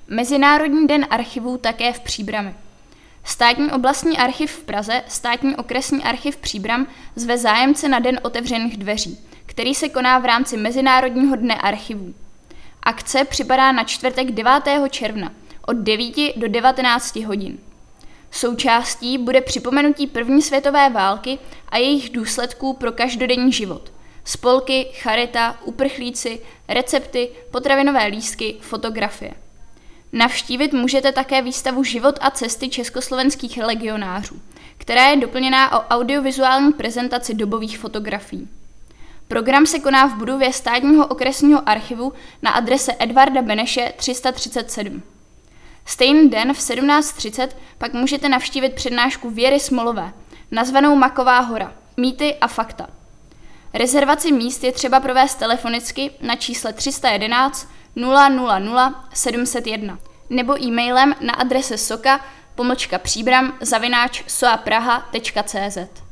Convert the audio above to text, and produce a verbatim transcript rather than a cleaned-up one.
Mezinárodní den archivů také v Příbrami. Státní oblastní archiv v Praze, Státní okresní archiv Příbram zve zájemce na Den otevřených dveří, který se koná v rámci Mezinárodního dne archivů. Akce připadá na čtvrtek devátého června od devíti do devatenácti hodin. Součástí bude připomenutí první světové války a jejich důsledků pro každodenní život. Spolky, charita, uprchlíci, recepty, potravinové lístky, fotografie. Navštívit můžete také výstavu Život a cesty československých legionářů, která je doplněná o audiovizuální prezentaci dobových fotografií. Program se koná v budově Státního okresního archivu na adrese Edvarda Beneše tři sta třicet sedm. Stejný den v sedmnáct třicet pak můžete navštívit přednášku Věry Smolové, nazvanou Maková hora, mýty a fakta. Rezervaci míst je třeba provést telefonicky na čísle tři sta jedenáct nula nula nula sedm set jedna nebo e-mailem na adrese soka pomlčka příbram zavináč soapraha tečka cz.